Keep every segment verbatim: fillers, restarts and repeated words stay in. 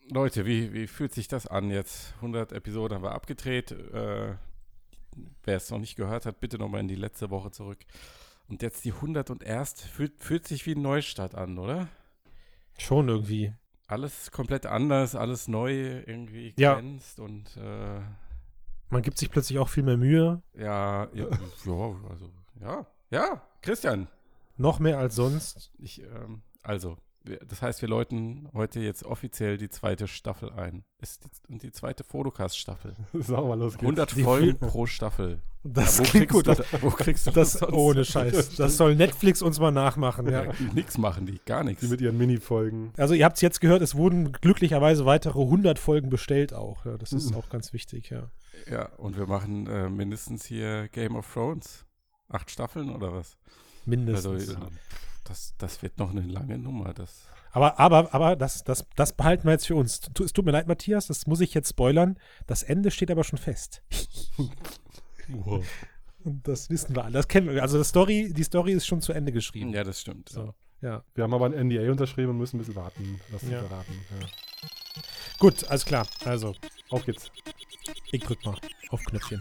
Leute, wie, wie fühlt sich das an jetzt? hundert Episoden haben wir abgedreht. Äh, wer es noch nicht gehört hat, bitte nochmal in die letzte Woche zurück. Und jetzt die hundertunderste fühlt, fühlt sich wie ein Neustart an, oder? Schon irgendwie. Alles komplett anders, alles neu irgendwie Ja. glänzt und äh, Man gibt sich plötzlich auch viel mehr Mühe. ja, ja, ja, also, ja, ja, Christian. Noch mehr als sonst. Ich, ähm, also, wir, das heißt, wir läuten heute jetzt offiziell die zweite Staffel ein. Ist die, und die zweite Photocast-Staffel. Sag mal, los geht's. hundert Die Folgen viel- pro Staffel. Das Ja, wo klingt kriegst gut. du, Das, wo kriegst du das sonst? ohne Scheiß. Das soll Netflix uns mal nachmachen, ja. Ja, nix machen die, gar nichts. Die mit ihren Mini-Folgen. Also ihr habt es jetzt gehört, es wurden glücklicherweise weitere hundert Folgen bestellt auch. Ja, das ist auch ganz wichtig, ja. Ja, und wir machen äh, mindestens hier Game of Thrones. Acht Staffeln oder was? Mindestens. Also, äh, das, das wird noch eine lange Nummer. Das Aber, aber, aber das, das, das behalten wir jetzt für uns. Tu- Es tut mir leid, Matthias, das muss ich jetzt spoilern. Das Ende steht aber schon fest. Wow. Und das wissen wir alle. Das kennen wir. Also das Story, die Story ist schon zu Ende geschrieben. ja, das stimmt. So, ja. Wir haben aber ein N D A unterschrieben und müssen ein bisschen warten. Lass uns Ja. verraten. Ja. Gut, alles klar. Also, Auf geht's. ich drück mal auf Knöpfchen.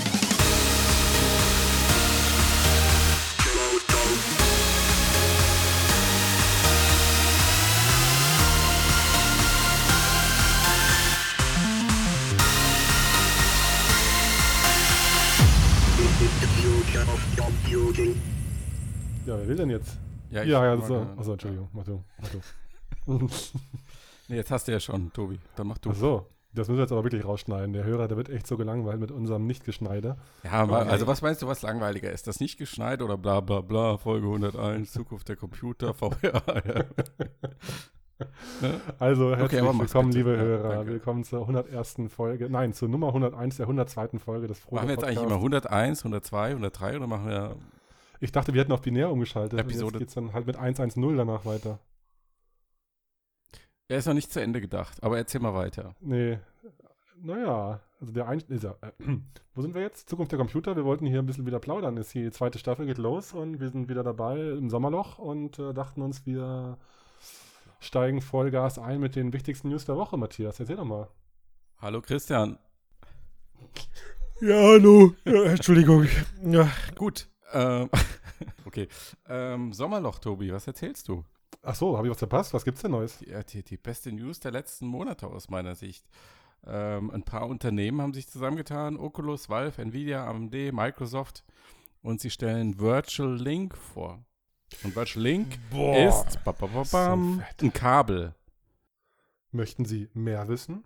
Ja, wer will denn jetzt? Ja, Ja, ja, mag, so. äh, Achso, Entschuldigung. Mach du. Mach du. Nee, jetzt hast du ja schon, Tobi. Dann mach du. Ach so. Das müssen wir jetzt aber wirklich rausschneiden. Der Hörer, der wird echt so gelangweilt mit unserem Nicht-Geschneide. Ja, mal, also was meinst du, was langweiliger ist? Das nicht geschneit oder bla bla bla, Folge hunderteins, Zukunft der Computer, V R. Ja. Also, herzlich aber mach's willkommen, bitte. liebe Ja, Hörer. danke. Willkommen zur hundertersten Folge. Nein, zur Nummer hunderteins, der hundertzweiten Folge des Frodo Machen wir jetzt eigentlich immer hunderteins, hundertzwei, hundertdrei oder machen wir. Ich dachte, wir hätten auf binär umgeschaltet. Episode- Und jetzt geht's dann halt mit hundertzehn danach weiter. Er ist noch nicht zu Ende gedacht, aber erzähl mal weiter. Nee, naja, also der Ein ist ja, äh, wo sind wir jetzt? Zukunft der Computer. Wir wollten hier ein bisschen wieder plaudern. Ist die zweite Staffel geht los und wir sind wieder dabei im Sommerloch und äh, dachten uns, wir steigen Vollgas ein mit den wichtigsten News der Woche. Matthias, erzähl doch mal. Hallo Christian. Ja, hallo. Ja, Entschuldigung. Ja, Gut. Ähm, okay. Ähm, Sommerloch, Tobi, was erzählst du? Ach so, habe ich was verpasst? Was gibt's denn Neues? Die, äh, die, die beste News der letzten Monate aus meiner Sicht. Ähm, ein paar Unternehmen haben sich zusammengetan. Oculus, Valve, Nvidia, A M D, Microsoft. Und sie stellen Virtual Link vor. Und Virtual Link Boah. ist ba, ba, ba, bam, So fett. ein Kabel. Möchten Sie mehr wissen?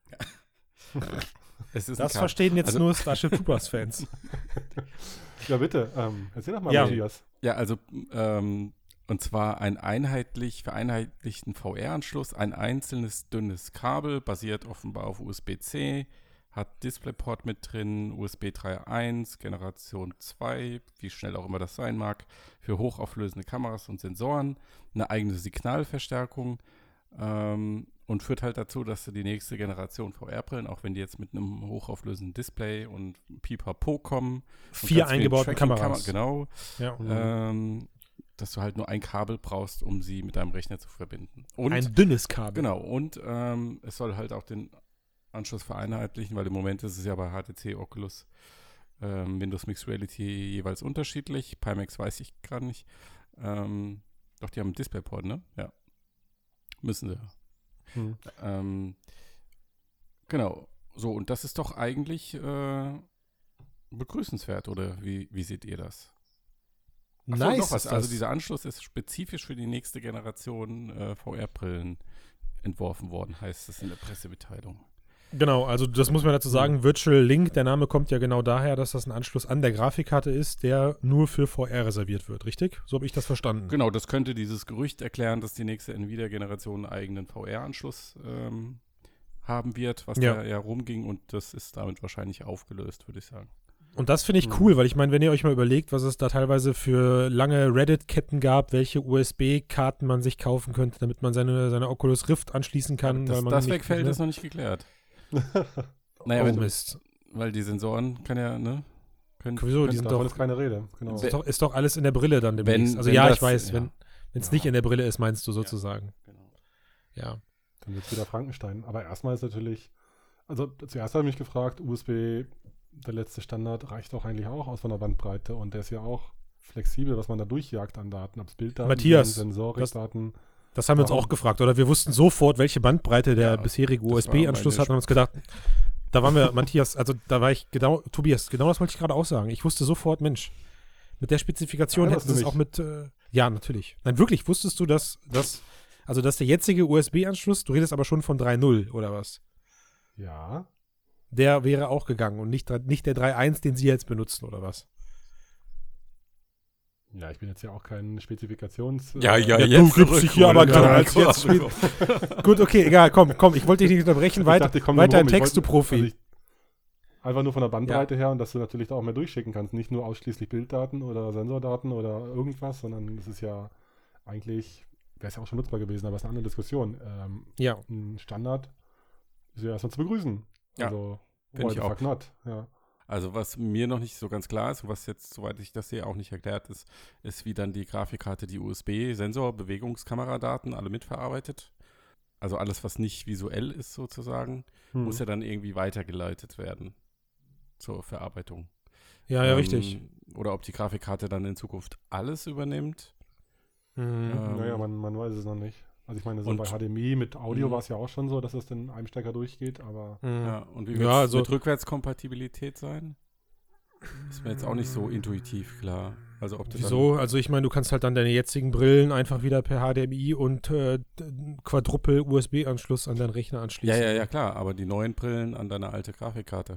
Es ist Das ein Kabel. verstehen jetzt Also- nur Starship Troopers-Fans. Ja, bitte. Ähm, erzähl doch mal, Ja. Matthias. Ja, also ähm, und zwar ein einheitlich vereinheitlichten V R-Anschluss, ein einzelnes dünnes Kabel, basiert offenbar auf U S B C, hat DisplayPort mit drin, U S B drei Punkt eins, Generation zwei, wie schnell auch immer das sein mag, für hochauflösende Kameras und Sensoren, eine eigene Signalverstärkung ähm, und führt halt dazu, dass du die nächste Generation V R-Brillen, auch wenn die jetzt mit einem hochauflösenden Display und Pipapo kommen, und Vier ganz vielen eingebauten Tracking-Kamera- Kameras. Genau, Ja. ähm, dass du halt nur ein Kabel brauchst, um sie mit deinem Rechner zu verbinden. Und, Ein dünnes Kabel. genau, und ähm, es soll halt auch den Anschluss vereinheitlichen, weil im Moment ist es ja bei H T C, Oculus, ähm, Windows Mixed Reality jeweils unterschiedlich. Pimax weiß ich gerade nicht. Ähm, doch, die haben einen DisplayPort, ne? Ja. Müssen sie. Hm. Ähm, genau. So, und das ist doch eigentlich äh, begrüßenswert, oder wie, wie seht ihr das? Ach so, Nice. noch was. ist Also das. dieser Anschluss ist spezifisch für die nächste Generation äh, V R-Brillen entworfen worden, heißt es in der Pressemitteilung. Genau, also das muss man dazu sagen, Virtual Link, der Name kommt ja genau daher, dass das ein Anschluss an der Grafikkarte ist, der nur für V R reserviert wird, richtig? So habe ich das verstanden. Genau, das könnte dieses Gerücht erklären, dass die nächste Nvidia-Generation einen eigenen V R-Anschluss ähm, haben wird, was Ja. da ja rumging, und das ist damit wahrscheinlich aufgelöst, würde ich sagen. Und das finde ich Mhm. cool, weil ich meine, wenn ihr euch mal überlegt, was es da teilweise für lange Reddit-Ketten gab, welche U S B-Karten man sich kaufen könnte, damit man seine, seine Oculus Rift anschließen kann. das weil man das nicht, Wegfeld ne? ist noch nicht geklärt. Naja, Oh wenn, Mist. weil die Sensoren kann ja, ne? Können, Wieso, die können, sind Davon doch- ist keine Rede. Genau. Ist doch, ist doch alles in der Brille dann demnächst. Wenn- also wenn ja, das- ich weiß, ja. wenn es Ja. nicht in der Brille ist, meinst du sozusagen. Genau. Ja. Dann wird es wieder Frankenstein. Aber erstmal ist natürlich, also zuerst habe ich mich gefragt, U S B, der letzte Standard, reicht doch eigentlich auch aus von der Bandbreite und der ist ja auch flexibel, was man da durchjagt an Daten, ob es Bilddaten, Matthias, Sensorikdaten. Das haben wir uns Warum? auch gefragt, oder? Wir wussten sofort, welche Bandbreite der Ja, bisherige das U S B-Anschluss war hat und haben uns gedacht, da waren wir, Matthias, also da war ich genau, Tobias, genau das wollte ich gerade auch sagen. Ich wusste sofort, Mensch, mit der Spezifikation Ja, hätten sie hast es du auch mit, äh, ja, natürlich. Nein, wirklich, wusstest du, dass, dass, also dass der jetzige U S B-Anschluss, du redest aber schon von drei Punkt null, oder was? Ja, Der wäre auch gegangen und nicht, nicht der drei Punkt eins, den sie jetzt benutzen, oder was? ja, ich bin jetzt ja auch kein Spezifikations... Ja, ja, Ja, jetzt du gibst dich hier aber gerade als jetzt Marco. Gut, okay, egal, komm, komm, ich wollte dich nicht unterbrechen, Ich weiter, dachte, ich komm weiter drum im rum. Ich Text, du wollte- Profi. also ich- Einfach nur von der Bandbreite her und dass du natürlich da auch mehr durchschicken kannst. Nicht nur ausschließlich Bilddaten oder Sensordaten oder irgendwas, sondern es ist ja eigentlich, wäre es ja auch schon nutzbar gewesen, aber es ist eine andere Diskussion. Ähm, Ja. ein Standard ist ja erstmal zu begrüßen. Ja, Also, find why ich the auch. fuck not? Ja. Also was mir noch nicht so ganz klar ist und was jetzt, soweit ich das sehe, auch nicht erklärt ist, ist, wie dann die Grafikkarte die U S B-Sensor, Bewegungskameradaten alle mitverarbeitet. Also alles, was nicht visuell ist sozusagen, Hm. muss ja dann irgendwie weitergeleitet werden zur Verarbeitung. Ja, ja, Ähm, richtig. Oder ob die Grafikkarte dann in Zukunft alles übernimmt. Mhm. Ähm, Naja, man, man weiß es noch nicht. Also ich meine, so und- bei H D M I mit Audio Mhm. war es ja auch schon so, dass es in einem Stecker durchgeht, aber Mhm. Ja, und wie Ja, wird es also- mit Rückwärtskompatibilität sein? Ist mir jetzt auch nicht so intuitiv klar. Also ob du Wieso? Also ich meine, du kannst halt dann deine jetzigen Brillen einfach wieder per H D M I und äh, Quadruple-U S B-Anschluss an deinen Rechner Dann, anschließen. ja, ja, ja, klar, aber die neuen Brillen an deine alte Grafikkarte.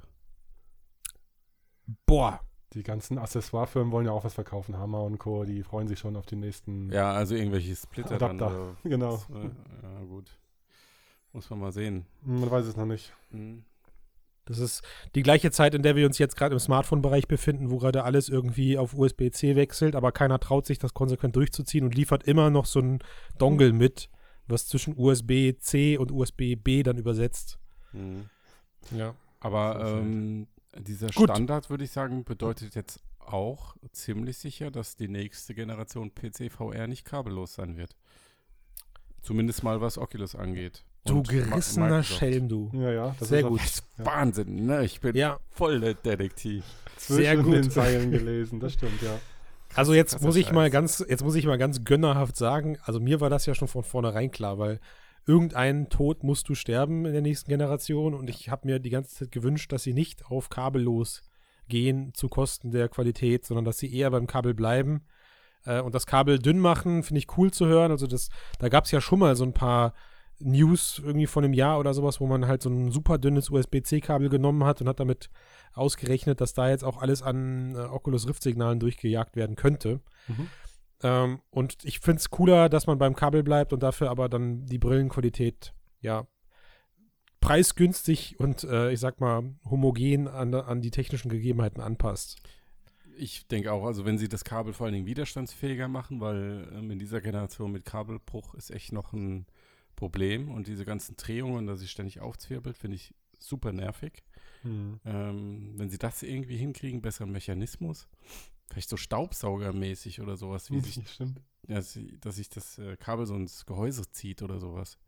Boah. die ganzen Accessoire-Firmen wollen ja auch was verkaufen. Hammer und Co., die freuen sich schon auf die nächsten Ja, also irgendwelche Splitter dann. Adapter. Oder, Genau. das, äh, ja, gut. Muss man mal sehen. Man weiß es noch nicht. Hm. Das ist die gleiche Zeit, in der wir uns jetzt gerade im Smartphone-Bereich befinden, wo gerade alles irgendwie auf U S B C wechselt, aber keiner traut sich, das konsequent durchzuziehen und liefert immer noch so ein Dongle mit, was zwischen U S B C und U S B B dann übersetzt. Hm. Ja. Aber Das ist halt- ähm, dieser Gut. Standard, würde ich sagen, bedeutet jetzt auch ziemlich sicher, dass die nächste Generation P C V R nicht kabellos sein wird. Zumindest mal, was Oculus angeht. Du Und Ma- gerissener Microsoft. Schelm, du. Ja, ja. Das Sehr ist auch gut. Das ist Ja. Wahnsinn, ne? Ich bin Ja, voll der Detektiv. sehr zwischen gut. den Zeilen gelesen. Das stimmt, ja. Also jetzt krasser muss ich Scheiß. mal ganz, jetzt muss ich mal ganz gönnerhaft sagen, also mir war das ja schon von vornherein klar, weil irgendeinen Tod musst du sterben in der nächsten Generation und ich habe mir die ganze Zeit gewünscht, dass sie nicht auf kabellos gehen zu Kosten der Qualität, sondern dass sie eher beim Kabel bleiben äh, und das Kabel dünn machen, finde ich cool zu hören. Also das, da gab es ja schon mal so ein paar News irgendwie von einem Jahr oder sowas, wo man halt so ein super dünnes U S B C Kabel genommen hat und hat damit ausgerechnet, dass da jetzt auch alles an äh, Oculus Rift-Signalen durchgejagt werden könnte. Mhm. Ähm, und ich finde es cooler, dass man beim Kabel bleibt und dafür aber dann die Brillenqualität, ja, preisgünstig und äh, ich sag mal homogen an, an die technischen Gegebenheiten anpasst. Ich denke auch, also wenn sie das Kabel vor allen Dingen widerstandsfähiger machen, weil ähm, in dieser Generation mit Kabelbruch ist echt noch ein Problem und diese ganzen Drehungen, dass sie ständig aufzwirbelt, finde ich super nervig. Hm. Ähm, wenn sie das irgendwie hinkriegen, besseren Mechanismus, vielleicht so Staubsaugermäßig oder sowas, wie sich, Stimmt. ja, sie- dass sich das äh, Kabel so ins Gehäuse zieht oder sowas.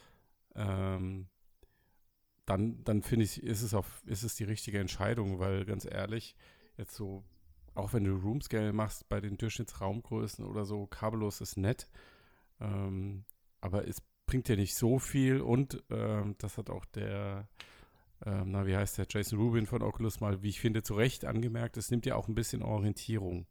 Ähm, dann, dann finde ich, ist es auf, ist es die richtige Entscheidung, weil ganz ehrlich, jetzt so, auch wenn du Room-Scale machst bei den Durchschnittsraumgrößen oder so, kabellos ist nett, ähm, aber es bringt dir nicht so viel und ähm, das hat auch der, ähm, na wie heißt der, Jason Rubin von Oculus mal, wie ich finde, zu Recht angemerkt, es nimmt ja auch ein bisschen Orientierung.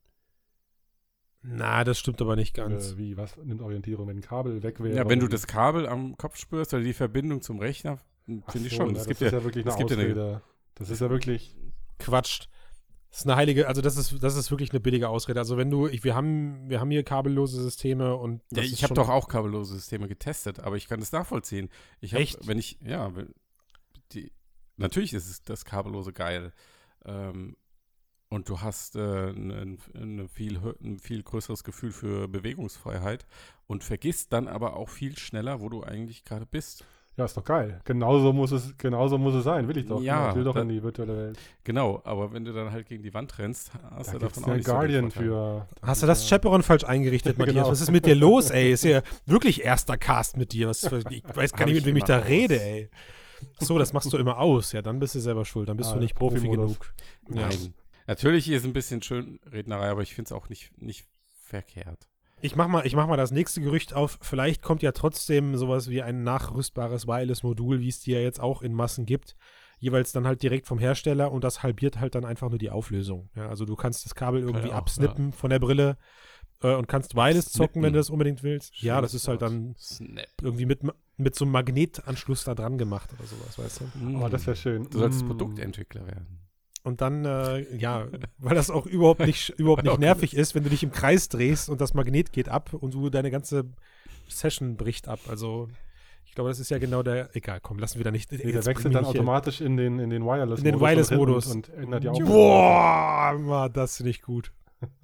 Na, das stimmt aber nicht ganz. Äh, wie, was nimmt Orientierung, wenn ein Kabel weg wäre? Ja, wenn du oder das Kabel am Kopf spürst oder die Verbindung zum Rechner, wie? Ach finde ich so, schon. na, Es das gibt ist ja, ja wirklich es eine gibt ja eine- Ausrede. Das ist ja wirklich. Quatscht. Das ist eine heilige, also das ist, das ist wirklich eine billige Ausrede. Also wenn du, ich, wir haben, wir haben hier kabellose Systeme und Ja, das ich ist habe schon- doch auch kabellose Systeme getestet, aber ich kann das nachvollziehen. Ich hab, Echt? Wenn ich, ja, wenn- die, natürlich ist es das kabellose geil. Ähm, und du hast äh, ein, ein, viel, hö- ein viel größeres Gefühl für Bewegungsfreiheit und vergisst dann aber auch viel schneller, wo du eigentlich gerade bist. Ja, ist doch geil. Genauso muss es, genauso muss es sein, will ich doch. Ja, ich will doch da- in die virtuelle Welt. Genau, aber wenn du dann halt gegen die Wand rennst, hast Da du gibt's davon auch ja nicht so den Guardian Vorteil. für. Hast du das Chaperon falsch eingerichtet, Matthias? Genau. Was ist mit dir los, ey? Ist ja wirklich erster Cast mit dir. Was, ich weiß gar Hab nicht, ich mit wem ich immer da aus. rede, ey. Ach so, das machst du immer aus. Ja, dann bist du selber schuld. Dann bist Ah, du nicht Profi Profi-Modus. genug. Ja. Nein. Natürlich ist ein bisschen Schönrednerei, aber ich finde es auch nicht, nicht verkehrt. Ich mach mal, ich mach mal das nächste Gerücht auf. Vielleicht kommt ja trotzdem sowas wie ein nachrüstbares Wireless-Modul, wie es die ja jetzt auch in Massen gibt. Jeweils dann halt direkt vom Hersteller und das halbiert halt dann einfach nur die Auflösung. Ja, also du kannst das Kabel irgendwie auch, absnippen von der Brille äh, und kannst Wireless zocken, wenn Snippen. du das unbedingt willst. ja, das Schönes ist halt Wort. dann Snap. irgendwie mit, mit so einem Magnetanschluss da dran gemacht oder sowas, weißt du? Aber das wäre schön. Du sollst Mm. Produktentwickler werden. Und dann, äh, ja, weil das auch überhaupt nicht, überhaupt nicht nervig ist, wenn du dich im Kreis drehst und das Magnet geht ab und du deine ganze Session bricht ab. Also, ich glaube, das ist ja genau der, egal, komm, lassen wir da nicht. Nee, der jetzt wechselt bring dann mich hier- automatisch in den, in den Wireless-Modus. In den Wireless-Modus. Und, und ändert die Auflösung. Boah, Mann, das finde ich gut.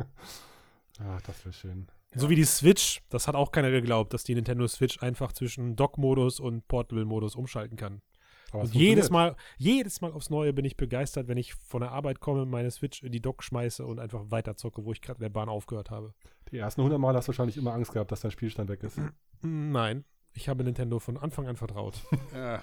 Ah, das wäre schön. So wie die Switch, das hat auch keiner geglaubt, dass die Nintendo Switch einfach zwischen Dock-Modus und Portable-Modus umschalten kann. Aber es Und jedes funktioniert. Mal, jedes Mal aufs Neue bin ich begeistert, wenn ich von der Arbeit komme, meine Switch in die Dock schmeiße und einfach weiterzocke, wo ich gerade in der Bahn aufgehört habe. Die ersten hundert Mal hast du wahrscheinlich immer Angst gehabt, dass dein Spielstand weg ist. Nein, ich habe Nintendo von Anfang an vertraut. Ja.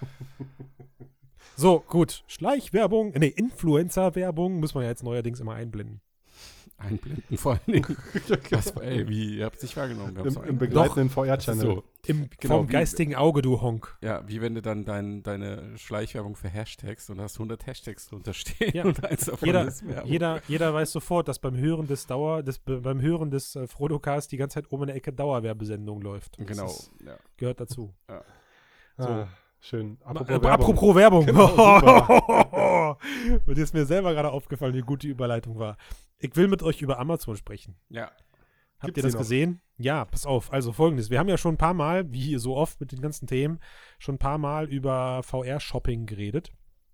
So, gut. Schleichwerbung, nee, Influencer-Werbung muss man ja jetzt neuerdings immer einblenden. Einblenden vor allen Dingen. Was, ey, wie, ihr habt es nicht wahrgenommen. Wir haben's Im, auch Im eingeblendet. begleitenden V R-Channel. So. Im, Genau, vom wie- geistigen Auge, du Honk. Ja, wie wenn du dann dein, deine Schleichwerbung für Hashtags und hast hundert Hashtags drunter stehen Ja. und eins davon Jeder, ist Werbung. jeder, jeder weiß sofort, dass beim Hören des Dauer, des, beim Hören des äh, Frodocast die ganze Zeit oben in der Ecke Dauerwerbesendung läuft. Das Genau. ist, Ja. gehört dazu. Ah, schön. Apropos Apropos Werbung. Werbung. Apropos Werbung. Genau, Und ist mir selber gerade aufgefallen, wie gut die Überleitung war. Ich will mit euch über Amazon sprechen. ja. Habt Gibt's ihr das die noch? gesehen? Ja, pass auf. Also folgendes. Wir haben ja schon ein paar Mal, wie so oft mit den ganzen Themen, schon ein paar Mal über V R-Shopping geredet.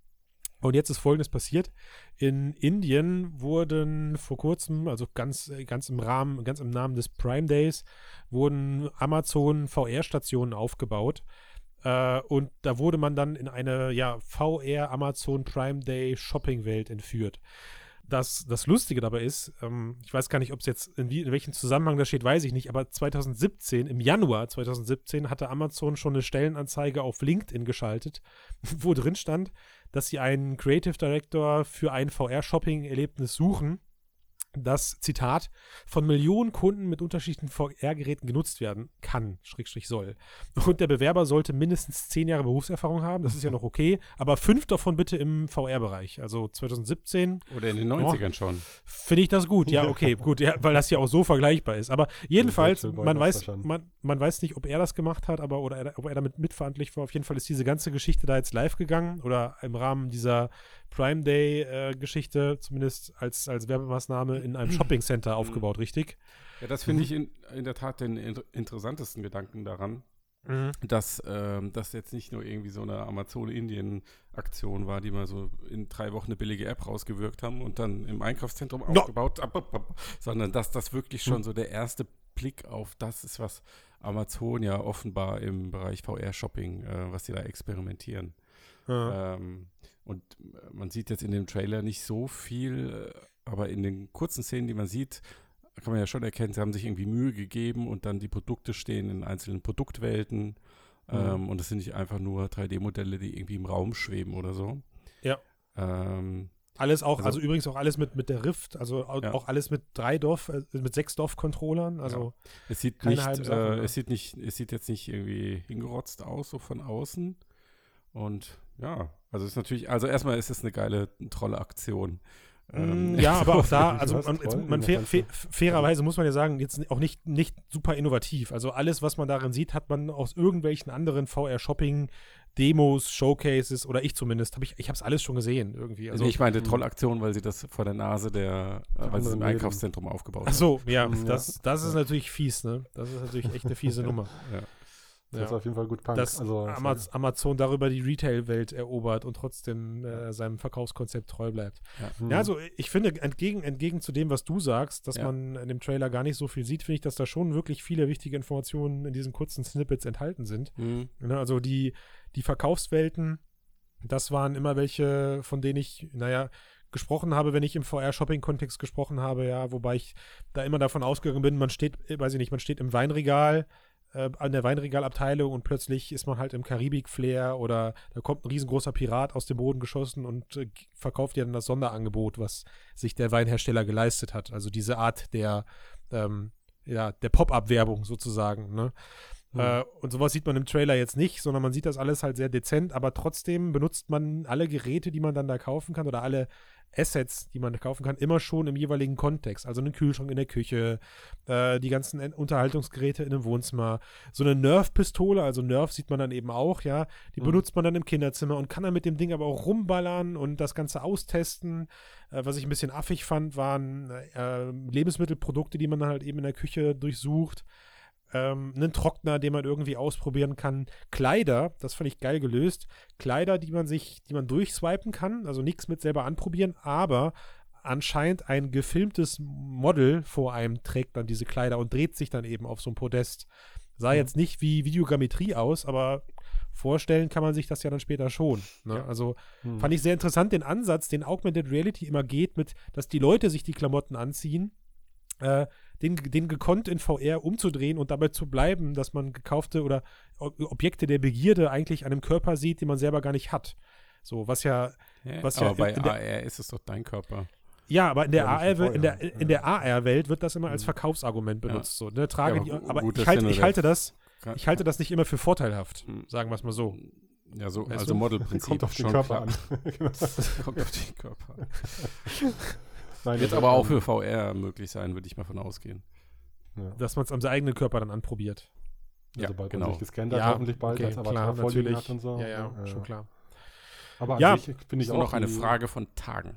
Und jetzt ist Folgendes passiert. In Indien wurden vor kurzem, also ganz, ganz im Rahmen, ganz im Namen des Prime Days, wurden Amazon V R-Stationen aufgebaut. Äh, und da wurde man dann in eine ja, V R Amazon Prime Day Shopping-Welt entführt. Das, das Lustige dabei ist, ähm, ich weiß gar nicht, ob es jetzt in, wie, in welchem Zusammenhang das steht, weiß ich nicht, aber zwanzig siebzehn, im Januar zwanzig siebzehn, hatte Amazon schon eine Stellenanzeige auf LinkedIn geschaltet, wo drin stand, dass sie einen Creative Director für ein V R-Shopping-Erlebnis suchen, das, Zitat, von Millionen Kunden mit unterschiedlichen V R-Geräten genutzt werden kann, Schrägstrich soll. Und der Bewerber sollte mindestens zehn Jahre Berufserfahrung haben, das ist ja noch okay, aber fünf davon bitte im V R-Bereich. Also zwanzig siebzehn Oder in den neunzigern schon. finde ich das gut. Ja, okay, gut, ja, weil das ja auch so vergleichbar ist. Aber jedenfalls, Virtual Boy man Master weiß, schon. man, man weiß nicht, ob er das gemacht hat, aber oder er, ob er damit mitverantwortlich war. Auf jeden Fall ist diese ganze Geschichte da jetzt live gegangen oder im Rahmen dieser Prime Day-Geschichte, zumindest als, als Werbemaßnahme in einem Shopping-Center aufgebaut, richtig? Ja, das finde ich in, in der Tat den in, interessantesten Gedanken daran, Mhm. dass ähm, das jetzt nicht nur irgendwie so eine Amazon-Indien-Aktion war, die mal so in drei Wochen eine billige App rausgewirkt haben und dann im Einkaufszentrum No. aufgebaut, ab, ab, ab, sondern dass das wirklich schon so der erste Blick auf das ist, was Amazon ja offenbar im Bereich V R-Shopping, äh, was sie da experimentieren. Ja. Ähm, und man sieht jetzt in dem Trailer nicht so viel, äh, aber in den kurzen Szenen, die man sieht, kann man ja schon erkennen, sie haben sich irgendwie Mühe gegeben und dann die Produkte stehen in einzelnen Produktwelten. Mhm. Ähm, und es sind nicht einfach nur drei D-Modelle, die irgendwie im Raum schweben oder so. Ja. Ähm, Alles auch, also, Also- übrigens auch alles mit, mit der Rift, also au- Ja. auch alles mit drei D O F, äh, mit sechs D O F-Controllern, also es sieht Keine nicht, halben Sachen, äh, ne? es sieht nicht, es sieht jetzt nicht irgendwie hingerotzt aus, so von außen. Und ja, also es ist natürlich, also erstmal ist es eine geile Trolle-Aktion. Mm, ja, aber auch da, also Was? man, jetzt, Toll, man das fair, Ganze. fair, fairerweise muss man ja sagen, jetzt auch nicht, nicht super innovativ. Also alles, was man darin sieht, hat man aus irgendwelchen anderen V R-Shopping-Demos, Showcases oder ich zumindest, hab ich, ich habe es alles schon gesehen irgendwie. Also, Also ich meine Trollaktion, weil sie das vor der Nase der, äh, weil sie es im anderen Einkaufszentrum aufgebaut ach so, ja, Ja. das, das ist natürlich fies, ne? Das ist natürlich echt eine fiese Nummer. haben. Das Ja. ist auf jeden Fall gut Punk. Dass also, Amaz Amazon darüber die Retail-Welt erobert und trotzdem äh, seinem Verkaufskonzept treu bleibt. hm. Ja, also ich finde, entgegen, entgegen zu dem, was du sagst, dass Ja. man in dem Trailer gar nicht so viel sieht, finde ich, dass da schon wirklich viele wichtige Informationen in diesen kurzen Snippets enthalten sind. Mhm. Ne, also die, die Verkaufswelten, das waren immer welche, von denen ich, naja, gesprochen habe, wenn ich im V R-Shopping-Kontext gesprochen habe, ja, wobei ich da immer davon ausgegangen bin, man steht, weiß ich nicht, man steht im Weinregal, äh, an der Weinregalabteilung und plötzlich ist man halt im Karibik-Flair oder da kommt ein riesengroßer Pirat aus dem Boden geschossen und äh, verkauft dir dann das Sonderangebot, was sich der Weinhersteller geleistet hat. Also diese Art der, ähm, ja, der Pop-Up-Werbung sozusagen, ne? Mhm. Äh, und sowas sieht man im Trailer jetzt nicht, sondern man sieht das alles halt sehr dezent, aber trotzdem benutzt man alle Geräte, die man dann da kaufen kann oder alle Assets, die man kaufen kann, immer schon im jeweiligen Kontext. Also einen Kühlschrank in der Küche, äh, die ganzen Unterhaltungsgeräte in einem Wohnzimmer. So eine Nerf-Pistole, also Nerf sieht man dann eben auch, ja, die mhm. benutzt man dann im Kinderzimmer und kann dann mit dem Ding aber auch rumballern und das Ganze austesten. Äh, was ich ein bisschen affig fand, waren äh, Lebensmittelprodukte, die man dann halt eben in der Küche durchsucht. Ähm, einen Trockner, den man irgendwie ausprobieren kann. Kleider, das fand ich geil gelöst. Kleider, die man sich, die man durchswipen kann, also nichts mit selber anprobieren, aber anscheinend ein gefilmtes Model vor einem trägt dann diese Kleider und dreht sich dann eben auf so ein Podest. Sah mhm. jetzt nicht wie Videogrammetrie aus, aber vorstellen kann man sich das ja dann später schon. Ne? Ja. Also mhm. fand ich sehr interessant den Ansatz, den Augmented Reality immer geht, mit, dass die Leute sich die Klamotten anziehen, äh, Den, den gekonnt in V R umzudrehen und dabei zu bleiben, dass man gekaufte oder Objekte der Begierde eigentlich an einem Körper sieht, den man selber gar nicht hat. So, was ja, ja was aber ja bei in der, A R ist es doch dein Körper. Ja, aber in der, ja, A R, in der, in der A R-Welt wird das immer als Verkaufsargument benutzt. Ja. So, ne, trage ja, die, aber aber gut, ich, halte, ja ich, halte das, ich halte das nicht immer für vorteilhaft, sagen wir es mal so. Ja, so, weißt also Modelprinzip. Kommt auf den schon Körper klar. an. Kommt auf den Körper an. Nein, Wird aber auch für V R möglich sein, würde ich mal von ausgehen. Ja. Dass man es am eigenen Körper dann anprobiert. Ja, ja sobald genau. man sich gescannt hat, ja, hoffentlich bald okay, als Avatar klar, vorliegen natürlich. hat und so. Ja, ja, ja, schon klar. Aber an ja, sich finde ich ist auch nur noch eine die, Frage von Tagen.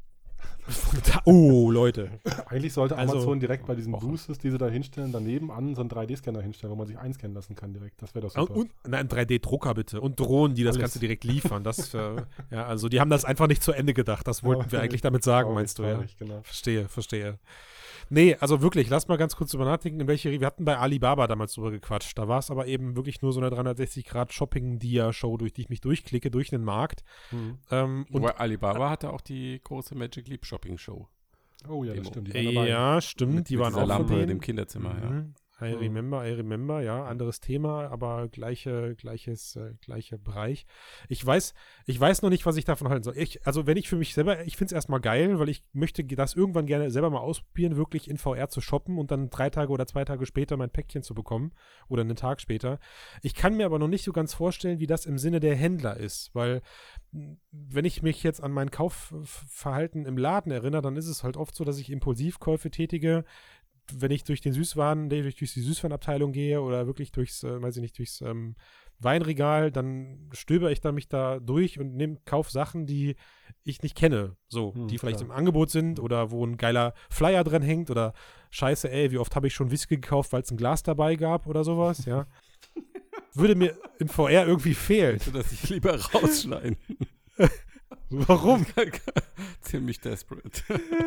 Oh, Leute. Eigentlich sollte Also, Amazon direkt bei diesen Wochen. Boosters, die sie da hinstellen, daneben an so einen drei D-Scanner hinstellen, wo man sich einscannen lassen kann direkt. Das wäre doch super. Und, und ein drei D-Drucker bitte. Und Drohnen, die das Alles. Ganze direkt liefern. Das, äh, ja, also die haben das einfach nicht zu Ende gedacht. Das wollten Ja, wir eigentlich damit sagen, traurig, meinst du, ja? traurig, genau. Verstehe, verstehe. Nee, also wirklich, lass mal ganz kurz drüber nachdenken, in welche, wir hatten bei Alibaba damals drüber gequatscht, da war es aber eben wirklich nur so eine dreihundertsechzig Grad Shopping-Dia-Show, durch die ich mich durchklicke, durch den Markt. Mhm. Ähm, und Wobei Alibaba hatte auch die große Magic Leap Shopping Show. Oh ja, das Demo. stimmt. Die waren dabei. ja, stimmt, Mit, die mit waren dieser auch Lampe von in denen. dem Kinderzimmer, ja. Mhm. I Mhm. remember, I remember, ja, anderes Thema, aber gleiche, gleiches, äh, gleicher Bereich. Ich weiß, ich weiß noch nicht, was ich davon halten soll. Ich, also wenn ich für mich selber, ich finde es erstmal geil, weil ich möchte das irgendwann gerne selber mal ausprobieren, wirklich in V R zu shoppen und dann drei Tage oder zwei Tage später mein Päckchen zu bekommen oder einen Tag später. Ich kann mir aber noch nicht so ganz vorstellen, wie das im Sinne der Händler ist, weil wenn ich mich jetzt an mein Kaufverhalten im Laden erinnere, dann ist es halt oft so, dass ich Impulsivkäufe tätige, wenn ich durch den Süßwaren, durch, durch die Süßwarenabteilung gehe oder wirklich durchs, äh, weiß ich nicht, durchs ähm, Weinregal, dann stöber ich da mich da durch und nehme, kauf Sachen, die ich nicht kenne, so, Hm, die vielleicht klar. im Angebot sind oder wo ein geiler Flyer drin hängt oder scheiße, ey, wie oft habe ich schon Whisky gekauft, weil es ein Glas dabei gab oder sowas, ja. Würde mir in V R irgendwie fehlen. Willst du das nicht lieber rausschneiden? Warum? Ziemlich desperate.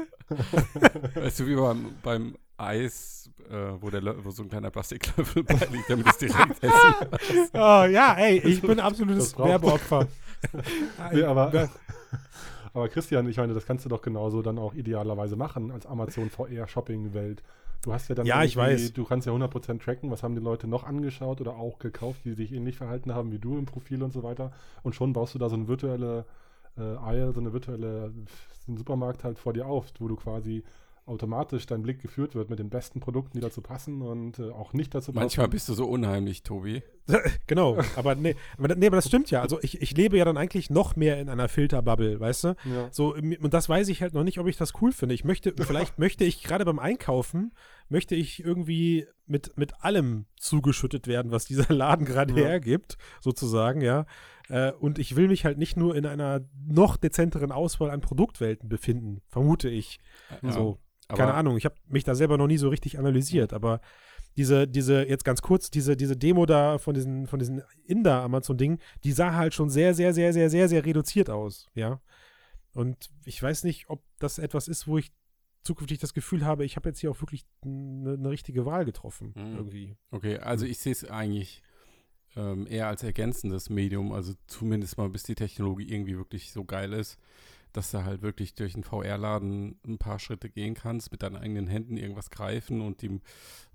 Weißt du, wie beim, beim Eis, äh, wo, der, Lö- wo so ein kleiner Plastiklöffel bei liegt, damit es direkt essen. Oh, ja, ey, ich bin absolutes Das braucht- Werbeopfer. Nee, aber, aber Christian, ich meine, das kannst du doch genauso dann auch idealerweise machen als Amazon V R-Shopping-Welt. Du hast ja dann Ja, ich irgendwie- weiß. Du kannst ja hundert Prozent tracken, was haben die Leute noch angeschaut oder auch gekauft, die sich ähnlich verhalten haben wie du im Profil und so weiter. Und schon baust du da so eine virtuelle äh, Aisle, so eine virtuelle so einen Supermarkt halt vor dir auf, wo du quasi automatisch dein Blick geführt wird mit den besten Produkten, die dazu passen und äh, auch nicht dazu passen. Manchmal bist du so unheimlich, Tobi. Genau, aber nee, aber, nee, aber das stimmt ja. Also ich, ich lebe ja dann eigentlich noch mehr in einer Filterbubble, weißt du? Ja. So, und das weiß ich halt noch nicht, ob ich das cool finde. Ich möchte, vielleicht möchte ich gerade beim Einkaufen, möchte ich irgendwie mit, mit allem zugeschüttet werden, was dieser Laden gerade Ja. hergibt, sozusagen, ja. Äh, und ich will mich halt nicht nur in einer noch dezenteren Auswahl an Produktwelten befinden, vermute ich. Ja, So, aber- keine Ahnung, ich habe mich da selber noch nie so richtig analysiert, aber diese, diese, jetzt ganz kurz, diese, diese Demo da von diesen, von diesen Inder-Amazon-Ding, die sah halt schon sehr, sehr, sehr, sehr, sehr, sehr reduziert aus, ja. Und ich weiß nicht, ob das etwas ist, wo ich zukünftig das Gefühl habe, ich habe jetzt hier auch wirklich eine, eine richtige Wahl getroffen, Mhm. irgendwie. Okay, also ich sehe es eigentlich ähm, eher als ergänzendes Medium, also zumindest mal bis die Technologie irgendwie wirklich so geil ist, dass du halt wirklich durch einen V R-Laden ein paar Schritte gehen kannst, mit deinen eigenen Händen irgendwas greifen und die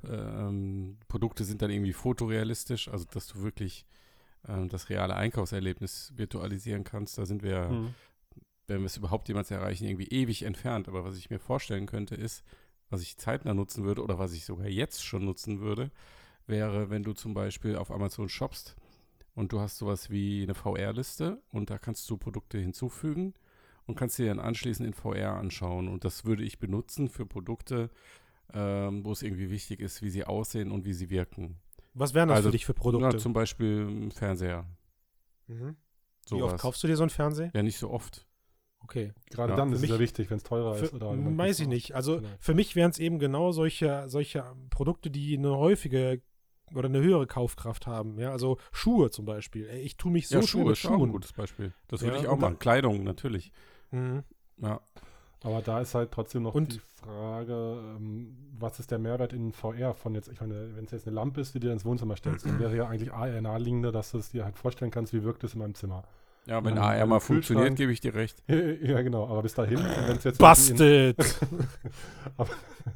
ähm, Produkte sind dann irgendwie fotorealistisch, also dass du wirklich ähm, das reale Einkaufserlebnis virtualisieren kannst. Da sind wir, Mhm. wenn wir es überhaupt jemals erreichen, irgendwie ewig entfernt. Aber was ich mir vorstellen könnte, ist, was ich zeitnah nutzen würde oder was ich sogar jetzt schon nutzen würde, wäre, wenn du zum Beispiel auf Amazon shoppst und du hast sowas wie eine V R-Liste und da kannst du Produkte hinzufügen und kannst dir dann anschließend in V R anschauen. Und das würde ich benutzen für Produkte, ähm, wo es irgendwie wichtig ist, wie sie aussehen und wie sie wirken. Was wären das Also, für dich für Produkte? Na, zum Beispiel ein Fernseher. Mhm. Wie Sowas. oft kaufst du dir so einen Fernseher? Ja, nicht so oft. Okay. Gerade Ja, dann für ist es mich- ja wichtig, wenn es teurer Für, ist. Oder man weiß ich kriegt's nicht. auch. Also Genau. für mich wären es eben genau solche, solche Produkte, die eine häufige oder eine höhere Kaufkraft haben. Ja, also Schuhe zum Beispiel. Ey, ich tue mich so Ja, schwer Schuhe mit ist auch ein Schuhen. gutes Beispiel. Das würde Ja, ich auch und da- machen. Kleidung, natürlich. Mhm. Ja. Aber da ist halt trotzdem noch Und- die Frage, ähm, was ist der Mehrwert in V R von jetzt, ich meine, wenn es jetzt eine Lampe ist, die du dir ins Wohnzimmer stellst, dann wäre ja eigentlich eher naheliegender, dass du es dir halt vorstellen kannst, wie wirkt es in meinem Zimmer. Ja, wenn Dann A R einen mal Kühlschrank. funktioniert, gebe ich dir recht. Ja, genau, aber bis dahin, wenn es jetzt irgendwie Busted! in, aber,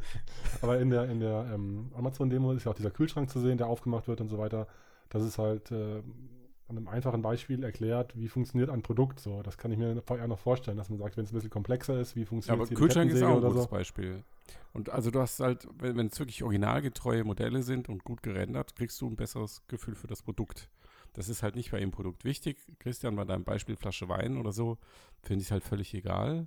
aber in der, in der ähm, Amazon-Demo ist ja auch dieser Kühlschrank zu sehen, der aufgemacht wird und so weiter. Das ist halt äh, an einem einfachen Beispiel erklärt, wie funktioniert ein Produkt so. Das kann ich mir in V R noch vorstellen, dass man sagt, wenn es ein bisschen komplexer ist, wie Ja, funktioniert aber die Kühlschrank ist Kettensäge auch ein oder gutes so. Beispiel. Und also du hast halt, wenn wenn es wirklich originalgetreue Modelle sind und gut gerendert, kriegst du ein besseres Gefühl für das Produkt. Das ist halt nicht bei jedem Produkt wichtig. Christian, bei deinem Beispiel Flasche Wein oder so, finde ich es halt völlig egal.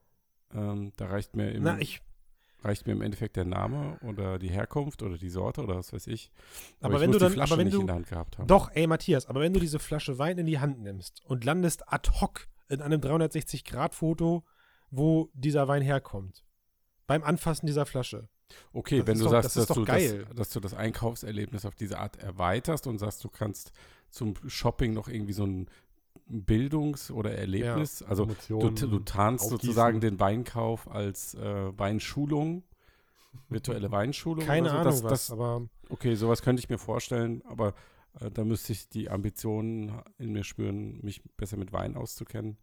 Ähm, da reicht mir, im, Na, ich, reicht mir im Endeffekt der Name oder die Herkunft oder die Sorte oder was weiß ich. Aber ich wenn muss du dann- die Flasche aber wenn nicht du- in der Hand gehabt haben. doch, ey Matthias, aber wenn du diese Flasche Wein in die Hand nimmst und landest ad hoc in einem dreihundertsechzig-Grad-Foto, wo dieser Wein herkommt, beim Anfassen dieser Flasche. Okay, Das wenn ist du doch- sagst, das ist dass, doch du geil. Das, dass du das Einkaufserlebnis auf diese Art erweiterst und sagst, du kannst zum Shopping noch irgendwie so ein Bildungs- oder Erlebnis, also du, Emotionen du tarnst aufgießen. sozusagen den Weinkauf als äh, Weinschulung, virtuelle Weinschulung. Keine oder so. Ahnung das, was, das, aber Okay, sowas könnte ich mir vorstellen, aber äh, da müsste ich die Ambitionen in mir spüren, mich besser mit Wein auszukennen,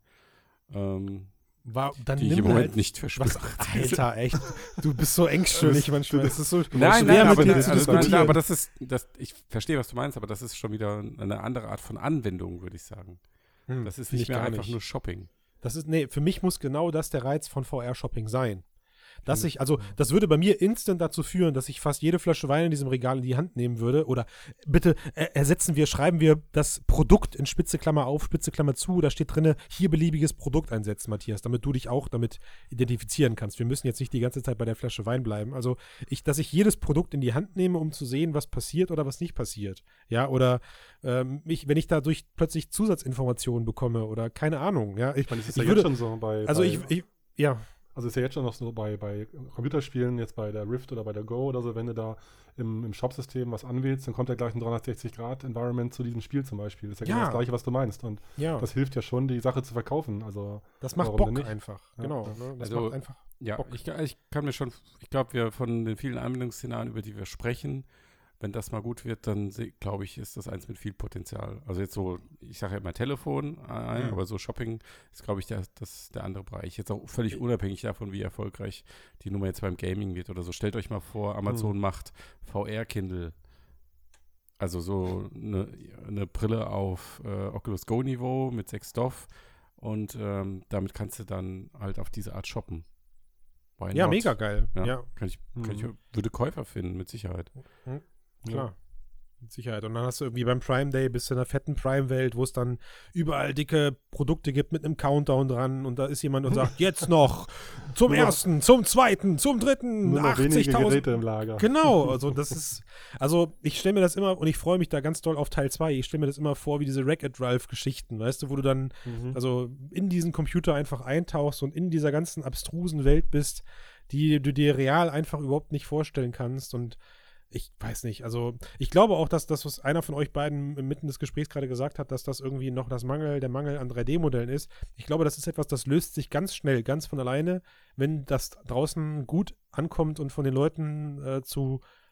ähm, war, dann die ich im nimm Moment halt, nicht verspüre. was, Alter, echt, du bist so engstirnig manchmal, es ist so Nein, schwer nein, aber, mit dir das, zu also, diskutieren. aber das ist, das, ich verstehe, was du meinst, aber das ist schon wieder eine andere Art von Anwendung, würde ich sagen. Hm, Das ist find nicht ich mehr gar einfach nicht. nur Shopping. Das ist, nee, für mich muss genau das der Reiz von V R-Shopping sein. Dass Hm. ich, also, das würde bei mir instant dazu führen, dass ich fast jede Flasche Wein in diesem Regal in die Hand nehmen würde. Oder bitte äh, ersetzen wir, schreiben wir das Produkt in Spitze Klammer auf, Spitze Klammer zu. Da steht drin, hier beliebiges Produkt einsetzen, Matthias, damit du dich auch damit identifizieren kannst. Wir müssen jetzt nicht die ganze Zeit bei der Flasche Wein bleiben. Also, ich, dass ich jedes Produkt in die Hand nehme, um zu sehen, was passiert oder was nicht passiert. Ja, oder ähm, ich, wenn ich dadurch plötzlich Zusatzinformationen bekomme oder keine Ahnung. Ja, ich, Ich meine, das ist ich ja würde, jetzt schon so bei, also bei ich, ich, ja. Also ist ja jetzt schon noch so bei, bei Computerspielen, jetzt bei der Rift oder bei der Go oder so, wenn du da im, im Shop-System was anwählst, dann kommt ja gleich ein dreihundertsechzig-Grad-Environment zu diesem Spiel zum Beispiel. Das ist ja, Ja. genau das Gleiche, was du meinst. Und Ja, das hilft ja schon, die Sache zu verkaufen. Also das macht warum Bock denn nicht? einfach. Ja. Genau. Ne? Das Also, macht einfach. Ja, Bock. ich, ich kann mir schon, ich glaube, wir von den vielen Anwendungsszenarien, über die wir sprechen, wenn das mal gut wird, dann glaube ich, ist das eins mit viel Potenzial. Also jetzt so, ich sage ja immer Telefon, äh, Mhm. aber so Shopping ist, glaube ich, der, das der andere Bereich. Jetzt auch völlig unabhängig davon, wie erfolgreich die Nummer jetzt beim Gaming wird oder so. Stellt euch mal vor, Amazon Mhm. macht V R-Kindle. Also so eine, eine Brille auf äh, Oculus Go-Niveau mit sechs Stoff und ähm, damit kannst du dann halt auf diese Art shoppen. Why Ja, not? mega geil. Ja, Ja, Kann ich, kann ich, Mhm. würde Käufer finden, mit Sicherheit. klar. Mit Sicherheit. Und dann hast du irgendwie beim Prime Day bist du in einer fetten Prime-Welt, wo es dann überall dicke Produkte gibt mit einem Countdown dran und da ist jemand und sagt, jetzt noch zum Nur- ersten, zum zweiten, zum dritten, nur noch wenige achtzigtausend. Geräte im Lager. Genau, also das ist, also ich stelle mir das immer, und ich freue mich da ganz doll auf Teil zwei, ich stelle mir das immer vor wie diese Wreck-It-Ralph-Geschichten, weißt du, wo du dann Mhm. also in diesen Computer einfach eintauchst und in dieser ganzen abstrusen Welt bist, die du dir real einfach überhaupt nicht vorstellen kannst und ich weiß nicht, also ich glaube auch, dass das, was einer von euch beiden mitten des Gesprächs gerade gesagt hat, dass das irgendwie noch das Mangel, der Mangel an drei D-Modellen ist. Ich glaube, das ist etwas, das löst sich ganz schnell, ganz von alleine, wenn das draußen gut ankommt und von den Leuten äh, zu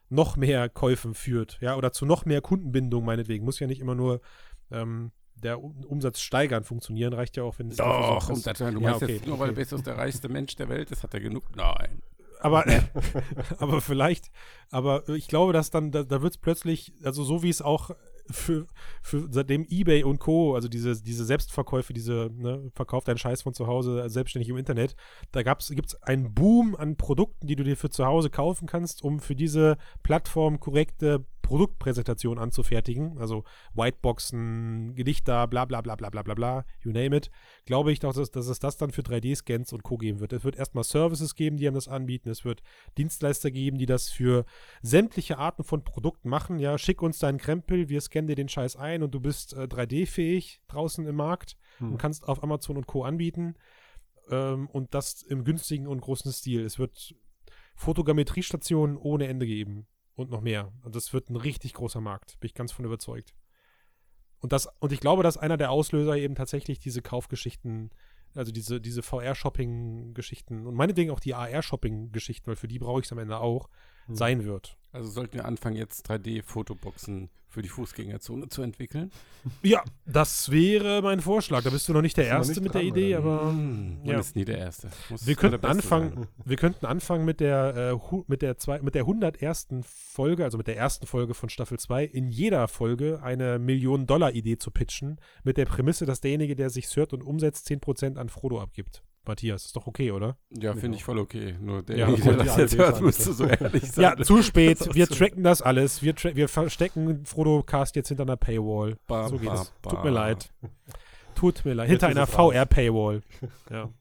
noch mehr Käufen führt, ja, oder zu noch mehr Kundenbindung meinetwegen. Muss ja nicht immer nur ähm, der um Umsatz steigern funktionieren, reicht ja auch, wenn es Doch, so Umsatz, du ja, meinst okay, jetzt nur, weil okay. Bezos der reichste Mensch der Welt ist, hat er genug? Nein. Aber, aber vielleicht, aber ich glaube, dass dann, da, da wird es plötzlich, also so wie es auch für, für seitdem eBay und Co., also diese, diese Selbstverkäufe, diese, ne, verkauf deinen Scheiß von zu Hause selbstständig im Internet, da gibt es einen Boom an Produkten, die du dir für zu Hause kaufen kannst, um für diese Plattform korrekte Produktpräsentation anzufertigen, also Whiteboxen, Gedichter, bla bla bla bla bla bla bla, you name it, glaube ich doch, dass, dass es das dann für drei D-Scans und Co. geben wird. Es wird erstmal Services geben, die einem das anbieten, es wird Dienstleister geben, die das für sämtliche Arten von Produkten machen, ja, schick uns deinen Krempel, wir scannen dir den Scheiß ein und du bist äh, drei D-fähig draußen im Markt hm. und kannst auf Amazon und Co. anbieten ähm, und das im günstigen und großen Stil. Es wird Fotogrammetriestationen ohne Ende geben. Und noch mehr. Und das wird ein richtig großer Markt. Bin ich ganz von überzeugt. Und, das, und ich glaube, dass einer der Auslöser eben tatsächlich diese Kaufgeschichten, also diese, diese V R-Shopping-Geschichten und meinetwegen auch die A R-Shopping-Geschichten, weil für die brauche ich es am Ende auch, hm. sein wird. Also sollten wir anfangen, jetzt drei D-Fotoboxen für die Fußgängerzone zu entwickeln? Ja, das wäre mein Vorschlag. Da bist du noch nicht der Bist du noch Erste nicht mit dran, der Idee, oder? aber Hm, man ja. ist nie der Erste. Muss Wir nur könnten der Beste anfangen, sein. wir könnten anfangen mit der, äh, hu- mit der zwei, mit der hundertersten Folge, also mit der ersten Folge von Staffel zwei, in jeder Folge eine Million-Dollar-Idee zu pitchen, mit der Prämisse, dass derjenige, der sich's hört und umsetzt, zehn Prozent an Frodo abgibt. Matthias, ist doch okay, oder? Ja, finde Genau. ich voll okay. Nur der, Ja, der obwohl die das alle jetzt D hört, sein, müsste so ehrlich sein. Ja, zu spät. Das Wir ist so- tracken das alles. Wir, tra- wir verstecken Frodo-Cast jetzt hinter einer Paywall. Ba, So geht ba, es. ba. Tut mir leid. Tut mir leid. Jetzt Hinter ist einer es raus. V R-Paywall. Ja.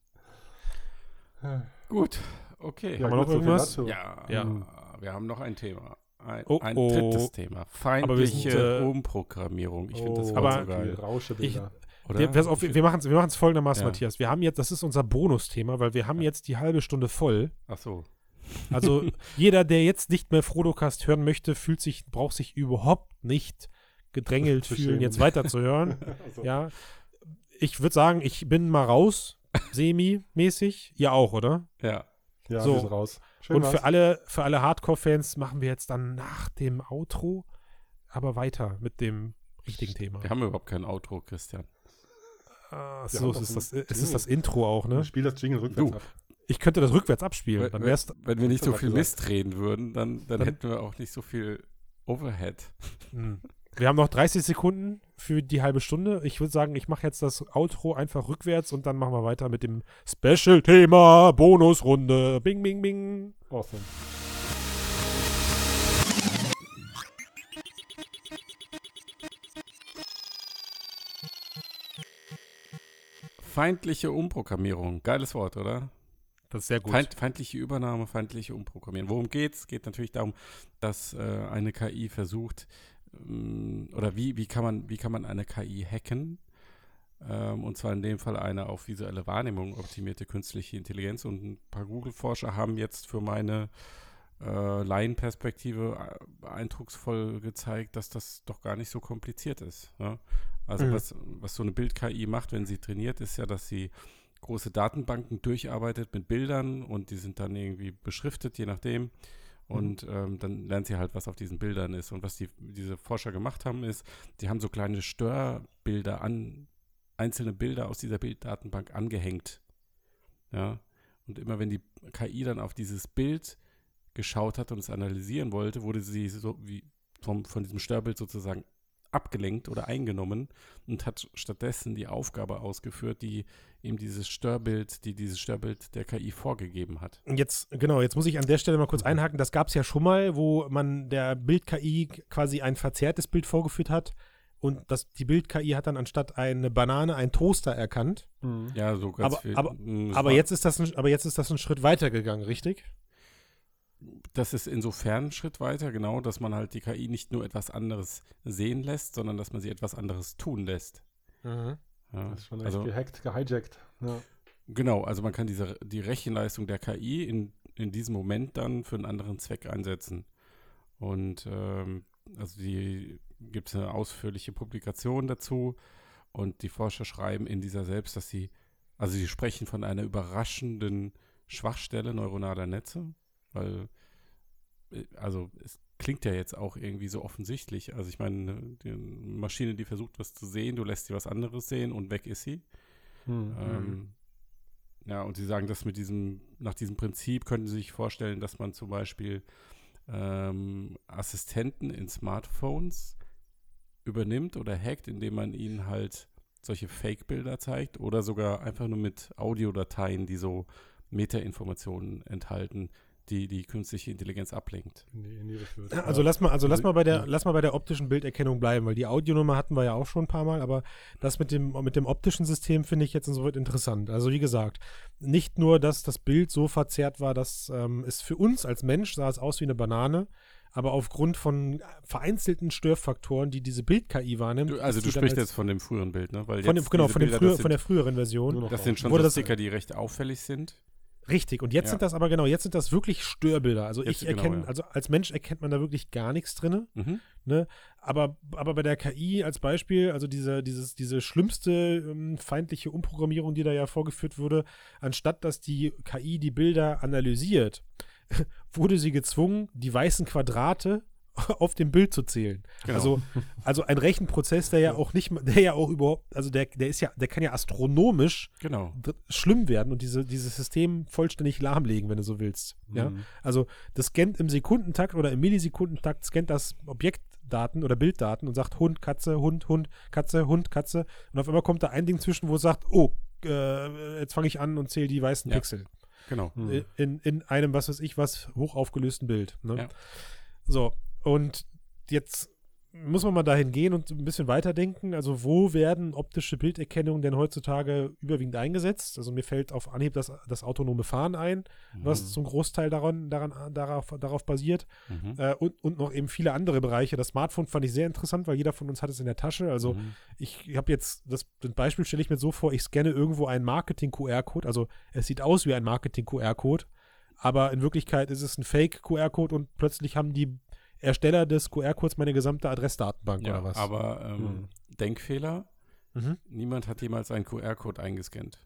Gut, okay. Haben wir gut, noch so viel irgendwas? dazu. Ja, Ja. wir haben noch ein Thema. Ein, Oh, ein oh. drittes Thema. Aber wir sind, Feindliche äh, Umprogrammierung. Ich finde das Oh, voll aber- so geil. die Rauschebilder. Oder? Wir, pass auf, wir wir machen es wir machen's folgendermaßen, Ja. Matthias. Wir haben jetzt, das ist unser Bonusthema, weil wir haben jetzt die halbe Stunde voll. Ach so. Also jeder, der jetzt nicht mehr Frodocast hören möchte, fühlt sich, braucht sich überhaupt nicht gedrängelt Zu fühlen, schämen. jetzt weiterzuhören. Also, Ja. Ich würde sagen, ich bin mal raus, semi-mäßig. Ihr auch, oder? Ja. ja, So. wir sind raus. Schön Und war's. für alle, für alle Hardcore-Fans machen wir jetzt dann nach dem Outro aber weiter mit dem richtigen Thema. Wir haben überhaupt kein Outro, Christian. Ah, Wir so, haben es doch ist, ein das, es Jingle. ist das Intro auch, ne? Spiel das Jingle rückwärts Du. ab. Ich könnte das rückwärts abspielen. Dann wenn, wär's, wenn wir nicht so Hast du viel grad Mist reden würden, dann, dann, Dann- hätten wir auch nicht so viel Overhead. Hm. Wir haben noch dreißig Sekunden für die halbe Stunde. Ich würde sagen, ich mache jetzt das Outro einfach rückwärts und dann machen wir weiter mit dem Special-Thema Bonusrunde. Bing, bing, bing. Awesome. Feindliche Umprogrammierung. Geiles Wort, oder? Das ist sehr gut. Feind, feindliche Übernahme, feindliche Umprogrammierung. Worum geht's? Es geht natürlich darum, dass äh, eine K I versucht, ähm, oder wie, wie, kann man, wie kann man eine K I hacken? Ähm, und zwar in dem Fall eine auf visuelle Wahrnehmung optimierte künstliche Intelligenz. Und ein paar Google-Forscher haben jetzt für meine äh, Laienperspektive äh, eindrucksvoll gezeigt, dass das doch gar nicht so kompliziert ist. Ja? Also Mhm. was, was so eine Bild-K I macht, wenn sie trainiert, ist ja, dass sie große Datenbanken durcharbeitet mit Bildern und die sind dann irgendwie beschriftet, je nachdem. Und ähm, dann lernt sie halt, was auf diesen Bildern ist. Und was die, diese Forscher gemacht haben, ist, die haben so kleine Störbilder an, einzelne Bilder aus dieser Bilddatenbank angehängt. Ja. Und immer wenn die K I dann auf dieses Bild geschaut hat und es analysieren wollte, wurde sie so wie vom, von diesem Störbild sozusagen abgelenkt oder eingenommen und hat stattdessen die Aufgabe ausgeführt, die eben dieses Störbild, die dieses Störbild der K I vorgegeben hat. Jetzt, genau, jetzt muss ich an der Stelle mal kurz einhaken. Das gab es ja schon mal, wo man der Bild-K I quasi ein verzerrtes Bild vorgeführt hat und das, die Bild-K I hat dann anstatt eine Banane einen Toaster erkannt. Mhm. Ja, so ganz Aber- viel. aber- Mm, es Aber war- jetzt ist das ein, aber jetzt ist das ein Schritt weiter gegangen, richtig? Das ist insofern ein Schritt weiter, genau, dass man halt die K I nicht nur etwas anderes sehen lässt, sondern dass man sie etwas anderes tun lässt. Ja, Das ist schon echt also, gehackt, gehijackt. Ja. genau, also man kann diese, die Rechenleistung der K I in, in diesem Moment dann für einen anderen Zweck einsetzen. Und ähm, also die gibt es eine ausführliche Publikation dazu und die Forscher schreiben in dieser selbst, dass sie, also sie sprechen von einer überraschenden Schwachstelle neuronaler Netze, weil also es klingt ja jetzt auch irgendwie so offensichtlich. Also ich meine, die Maschine, die versucht, was zu sehen, du lässt sie was anderes sehen und weg ist sie. Hm. Ähm, ja, und sie sagen, dass mit diesem, nach diesem Prinzip könnten sie sich vorstellen, dass man zum Beispiel ähm, Assistenten in Smartphones übernimmt oder hackt, indem man ihnen halt solche Fake-Bilder zeigt oder sogar einfach nur mit Audiodateien, die so Metainformationen enthalten, die die künstliche Intelligenz ablenkt. In die, in die Richtung. Also lass mal, also lass mal bei der, Ja. lass mal bei der optischen Bilderkennung bleiben, weil die Audionummer hatten wir ja auch schon ein paar Mal, aber das mit dem, mit dem optischen System finde ich jetzt insoweit interessant. Also wie gesagt, nicht nur, dass das Bild so verzerrt war, dass ähm, es für uns als Mensch sah es aus wie eine Banane, aber aufgrund von vereinzelten Störfaktoren, die diese Bild-K I wahrnimmt. Du, also ist du die dann sprichst als- jetzt von dem früheren Bild, ne? Weil von dem, jetzt genau, diese von, dem Bilder, früher, das von der sind, früheren Version. Nur noch das sind schon Wurde so das- Sticker, die recht auffällig sind. Richtig, und jetzt Ja. sind das aber genau, jetzt sind das wirklich Störbilder. Also Jetzt ich genau, erkenne, ja. also als Mensch erkennt man da wirklich gar nichts drin. Mhm. Ne? Aber, aber bei der K I als Beispiel, also diese, dieses, diese schlimmste ähm, feindliche Umprogrammierung, die da ja vorgeführt wurde, anstatt dass die K I die Bilder analysiert, wurde sie gezwungen, die weißen Quadrate auf dem Bild zu zählen. Genau. Also, also ein Rechenprozess, der ja auch nicht, mal- der ja auch überhaupt, also der, der ist ja, der kann ja astronomisch Genau. d- schlimm werden und diese, dieses System vollständig lahmlegen, wenn du so willst. Ja? Mhm. Also das scannt im Sekundentakt oder im Millisekundentakt, scannt das Objektdaten oder Bilddaten und sagt Hund, Katze, Hund, Hund, Katze, Hund, Katze. Und auf einmal kommt da ein Ding zwischen, wo es sagt, oh, äh, jetzt fange ich an und zähle die weißen Ja. Pixel. Genau. Mhm. In, in einem, was weiß ich, was hochaufgelösten Bild. Ne? Ja. So, und jetzt muss man mal dahin gehen und ein bisschen weiterdenken. Also, wo werden optische Bilderkennungen denn heutzutage überwiegend eingesetzt? Also, mir fällt auf Anhieb das, das autonome Fahren ein, was Mhm. zum Großteil daran, daran, darauf, darauf basiert. Mhm. Äh, und, und noch eben viele andere Bereiche. Das Smartphone fand ich sehr interessant, weil jeder von uns hat es in der Tasche. Also, Mhm. ich habe jetzt, das, das Beispiel stelle ich mir so vor, ich scanne irgendwo einen Marketing-Q R-Code. Also, es sieht aus wie ein Marketing-Q R-Code, aber in Wirklichkeit ist es ein Fake-Q R-Code und plötzlich haben die Ersteller des Q R-Codes meine gesamte Adressdatenbank Ja, oder was. aber ähm, Mhm. Denkfehler, Mhm. niemand hat jemals einen Q R-Code eingescannt.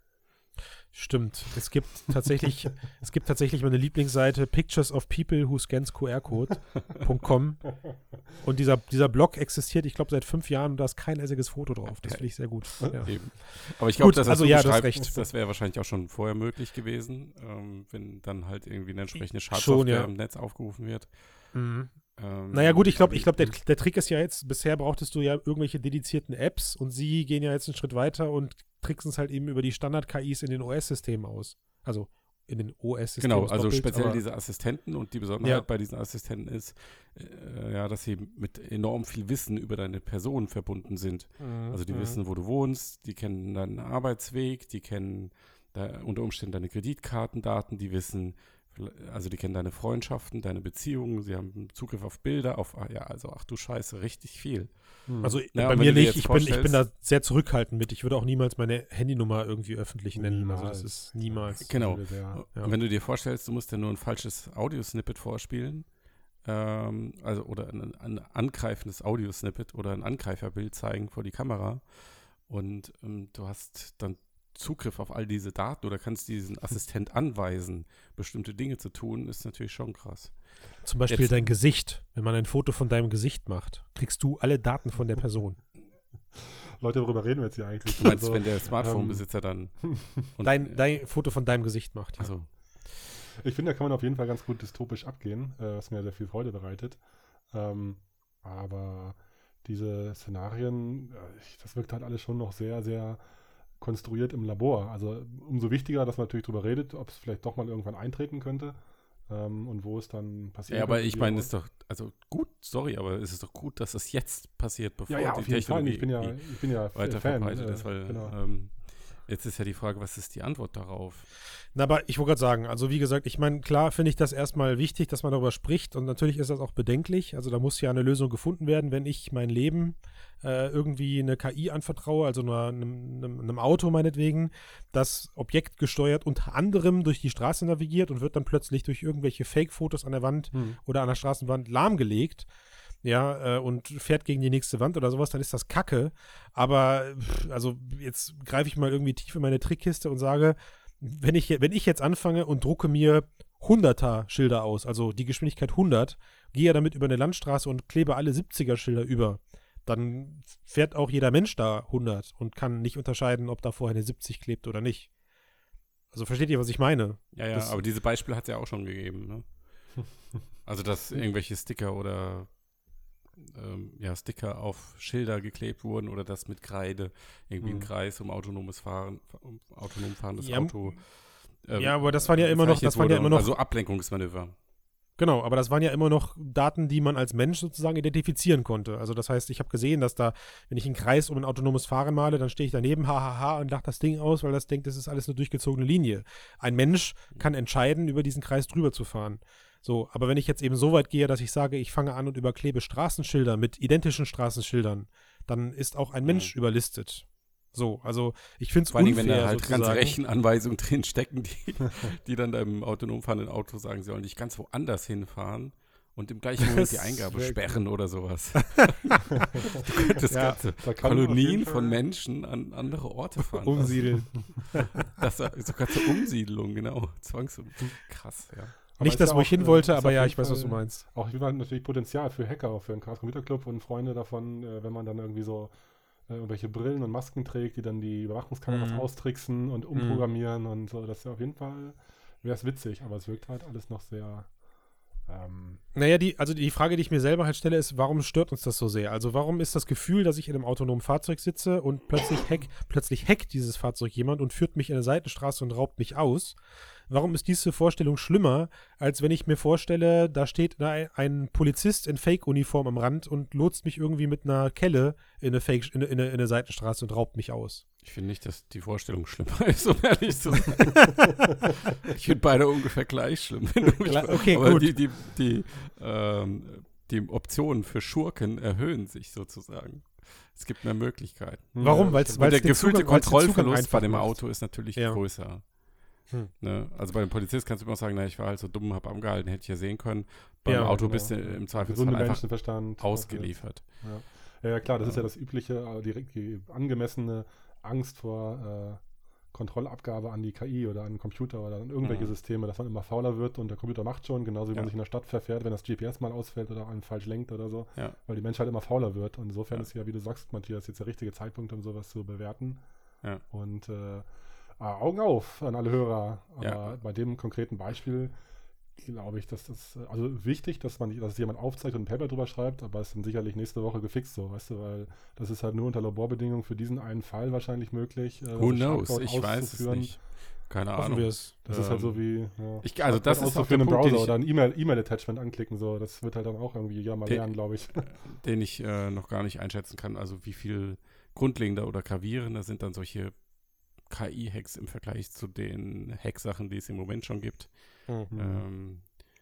Stimmt. Es gibt tatsächlich, es gibt tatsächlich meine Lieblingsseite Pictures of People Who Scans Q R-Code Punkt com und dieser, dieser Blog existiert, ich glaube, seit fünf Jahren und da ist kein einziges Foto drauf. Das finde ich sehr gut. Ja. Eben. Aber ich glaube, Gut, dass also du ja, du hast beschreibst, recht. das wäre wahrscheinlich auch schon vorher möglich gewesen, ähm, wenn dann halt irgendwie eine entsprechende Schon, Schadsoftware ja. im Netz aufgerufen wird. Mhm. Ähm, Naja gut, ich glaube, ich glaub, der, der Trick ist ja jetzt, bisher brauchtest du ja irgendwelche dedizierten Apps und sie gehen ja jetzt einen Schritt weiter und tricksen es halt eben über die Standard-K Is in den O S-Systemen aus. Also in den O S-Systemen. Genau, ist also doppelt, speziell aber- diese Assistenten und die Besonderheit Ja. bei diesen Assistenten ist, äh, ja, dass sie mit enorm viel Wissen über deine Person verbunden sind. Mhm, Also die mhm. wissen, wo du wohnst, die kennen deinen Arbeitsweg, die kennen da unter Umständen deine Kreditkartendaten, die wissen, also die kennen deine Freundschaften, deine Beziehungen, sie haben Zugriff auf Bilder, auf, ah ja, also ach du Scheiße, richtig viel. Mhm. Also Ja, bei und wenn mir du dir nicht, jetzt ich bin, ich bin da vorstellst- sehr zurückhaltend mit. Ich würde auch niemals meine Handynummer irgendwie öffentlich nennen. Also das Niemals. ist niemals. Genau. Ja. Ja. Und wenn du dir vorstellst, du musst ja nur ein falsches Audiosnippet vorspielen, ähm, also oder ein, ein angreifendes Audiosnippet oder ein Angreiferbild zeigen vor die Kamera und ähm, du hast dann Zugriff auf all diese Daten oder kannst diesen Assistent anweisen, bestimmte Dinge zu tun, ist natürlich schon krass. Zum Beispiel Jetzt- dein Gesicht. Wenn man ein Foto von deinem Gesicht macht, kriegst du alle Daten von der Person. Leute, worüber reden wir jetzt hier eigentlich? Du meinst, Also, wenn der Smartphone-Besitzer dann und, Dein, dein Foto von deinem Gesicht macht. Ja. also Ich finde, da kann man auf jeden Fall ganz gut dystopisch abgehen, äh, was mir sehr viel Freude bereitet. Ähm, aber diese Szenarien, äh, ich, das wirkt halt alles schon noch sehr, sehr konstruiert im Labor. Also umso wichtiger, dass man natürlich drüber redet, ob es vielleicht doch mal irgendwann eintreten könnte ähm, und wo es dann passiert. ja, aber ich meine, es ist doch, also gut, sorry, aber es ist doch gut, dass es jetzt passiert, bevor ja, ja, die auf jeden Fall. Technologie Ich bin ja, ich bin ja weiter Fan. verbreitet äh, ist, weil genau. ähm, jetzt ist ja die Frage, was ist die Antwort darauf? Na, aber ich wollte gerade sagen, also wie gesagt, ich meine, klar finde ich das erstmal wichtig, dass man darüber spricht und natürlich ist das auch bedenklich. Also da muss ja eine Lösung gefunden werden, wenn ich mein Leben äh, irgendwie eine K I anvertraue, also einer, einem, einem, einem Auto meinetwegen, das objektgesteuert unter anderem durch die Straße navigiert und wird dann plötzlich durch irgendwelche Fake-Fotos an der Wand Hm. oder an der Straßenwand lahmgelegt. Ja, äh, und fährt gegen die nächste Wand oder sowas, dann ist das Kacke. Aber, pff, also jetzt greife ich mal irgendwie tief in meine Trickkiste und sage, wenn ich, wenn ich jetzt anfange und drucke mir hunderter-Schilder aus, also die Geschwindigkeit hundert, gehe damit über eine Landstraße und klebe alle siebziger-Schilder über, dann fährt auch jeder Mensch da hundert und kann nicht unterscheiden, ob da vorher eine siebzig klebt oder nicht. Also versteht ihr, was ich meine? Ja, ja, das, aber diese Beispiele hat es ja auch schon gegeben, ne? Also, dass irgendwelche Sticker oder ähm, ja, Sticker auf Schilder geklebt wurden oder dass mit Kreide irgendwie Mhm. ein Kreis um autonomes Fahren, um autonom fahrendes Ja, Auto. Ähm, ja, aber das waren ja immer noch, gezeichnet das waren ja wurde. immer noch, Also Ablenkungsmanöver. genau, aber das waren ja immer noch Daten, die man als Mensch sozusagen identifizieren konnte. Also das heißt, ich habe gesehen, dass da, wenn ich einen Kreis um ein autonomes Fahren male, dann stehe ich daneben, hahaha, und lache das Ding aus, weil das denkt, das ist alles eine durchgezogene Linie. Ein Mensch kann entscheiden, über diesen Kreis drüber zu fahren. So, aber wenn ich jetzt eben so weit gehe, dass ich sage, ich fange an und überklebe Straßenschilder mit identischen Straßenschildern, dann ist auch ein Mensch Mhm. überlistet. So, also ich finde es Vor allem, unfair, wenn da halt ganz sozusagen. Rechenanweisungen drin stecken, die, die dann deinem autonom fahrenden Auto sagen, sie sollen nicht ganz woanders hinfahren und im gleichen Moment die Das Eingabe wär- sperren oder sowas. Du könntest Ja, ganze da kann man auf Kolonien jeden von Fall- Menschen an andere Orte fahren. Umsiedeln. Das ist sogar zur Umsiedlung, genau. Zwangsum. Krass, ja. Aber Nicht ist das, ja wo ich auch, hin äh, wollte, ist aber auf ja, jeden ich weiß, was du Fall meinst. Auch wie man natürlich Potenzial für Hacker, für den Chaos Computer Club und Freunde davon, äh, wenn man dann irgendwie so äh, irgendwelche Brillen und Masken trägt, die dann die Überwachungskameras Mhm. austricksen und umprogrammieren und so. Das ist ja auf jeden Fall, wäre es witzig, aber es wirkt halt alles noch sehr ähm, Naja, die, also die Frage, die ich mir selber halt stelle, ist, warum stört uns das so sehr? Also warum ist das Gefühl, dass ich in einem autonomen Fahrzeug sitze und plötzlich hack, plötzlich hackt dieses Fahrzeug jemand und führt mich in eine Seitenstraße und raubt mich aus? Warum ist diese Vorstellung schlimmer, als wenn ich mir vorstelle, da steht ein, ein Polizist in Fake-Uniform am Rand und lotst mich irgendwie mit einer Kelle in eine, Fake, in eine, in eine, in eine Seitenstraße und raubt mich aus? Ich finde nicht, dass die Vorstellung schlimmer ist, um ehrlich zu sein. Ich finde beide ungefähr gleich schlimm. Wenn du mich Klar, fragst. okay, Aber gut. die, die, die, ähm, die Optionen für Schurken erhöhen sich sozusagen. Es gibt mehr Möglichkeiten. Warum? Weil's- stimmt. weil's Und der den gefühlte Zugang- weil's den Zugang Kontrollverlust bei einfach dem macht. Auto ist natürlich Ja. größer. Hm. Ne? Also bei dem Polizist kannst du immer sagen, na, ich war halt so dumm, hab angehalten, hätte ich ja sehen können. Beim Ja, Auto genau. bist du im Zweifelsfall Gesunde einfach Menschenverstand. ausgeliefert. Ja, ja klar, das Ja. ist ja das übliche, äh, direkt die angemessene Angst vor äh, Kontrollabgabe an die K I oder an den Computer oder an irgendwelche Mhm. Systeme, dass man immer fauler wird und der Computer macht schon, genauso wie Ja. man sich in der Stadt verfährt, wenn das G P S mal ausfällt oder einen falsch lenkt oder so, Ja. weil die Menschheit immer fauler wird. Und insofern Ja. ist ja, wie du sagst, Matthias, jetzt der richtige Zeitpunkt, um sowas zu bewerten. Ja. Und äh, ah, Augen auf an alle Hörer. Aber Ja. bei dem konkreten Beispiel glaube ich, dass das, äh, also wichtig, dass man, dass es jemand aufzeigt und ein Paper drüber schreibt, aber es ist dann sicherlich nächste Woche gefixt so, weißt du, weil das ist halt nur unter Laborbedingungen für diesen einen Fall wahrscheinlich möglich. Äh, Who also knows? Schadcode Ich weiß es auszuführen. nicht. Keine Hoffen Ahnung. wir es. Das ist halt so Ähm, wie, ja, ich- also Schadcode das ist auch auszuführen der im Punkt, den Browser ich- oder ein E-Mail, E-Mail-Attachment anklicken, so, das wird halt dann auch irgendwie jeder mal Den- lernen, glaube ich. Den ich äh, noch gar nicht einschätzen kann. Also wie viel grundlegender oder gravierender sind dann solche K I-Hacks im Vergleich zu den Hack-Sachen, die es im Moment schon gibt. Hm. Ähm,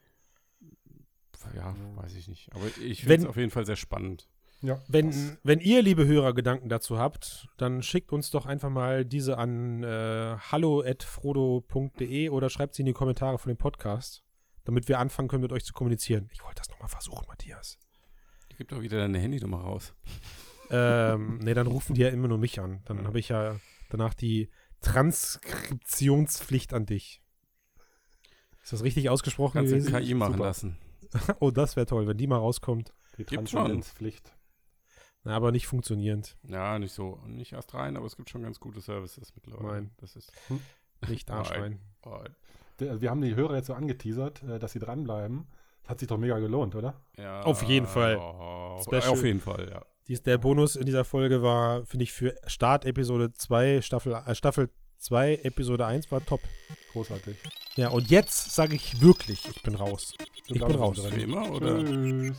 ja, Ja. weiß ich nicht. Aber ich Wenn- finde es auf jeden Fall sehr spannend. Ja, Wenn, das- wenn ihr, liebe Hörer, Gedanken dazu habt, dann schickt uns doch einfach mal diese an äh, hallo at frodo punkt de oder schreibt sie in die Kommentare von dem Podcast, damit wir anfangen können, mit euch zu kommunizieren. Ich wollte das nochmal versuchen, Matthias. Gib doch wieder deine Handynummer raus. ähm, nee, dann rufen die ja immer nur mich an. Dann Ja. habe ich ja danach die Transkriptionspflicht an dich. Ist das richtig ausgesprochen Kannst du gewesen? K I machen Super. lassen. Oh, das wäre toll, wenn die mal rauskommt. die Gibt's schon. Transzendenzpflicht. Na, aber nicht funktionierend. Ja, nicht so, nicht erst rein, aber es gibt schon ganz gute Services mittlerweile. Nein. Das ist. Nicht Nein. Arschrein. Oh, Der- Wir haben die Hörer jetzt so angeteasert, äh, dass sie dranbleiben. Das hat sich doch mega gelohnt, oder? ja, Auf jeden Fall. Oh, Special. auf jeden Fall, ja. Dies, der Bonus in dieser Folge war, finde ich, für Start Episode zwei, Staffel, äh, Staffel zwei, Episode eins war top. Großartig. Ja, und jetzt sage ich wirklich, ich bin raus. Ich bin raus. Für immer, oder? Tschüss.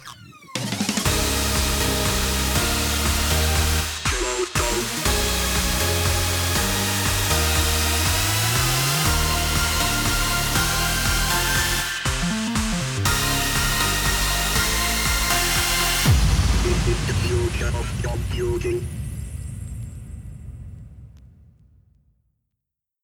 The future of computing.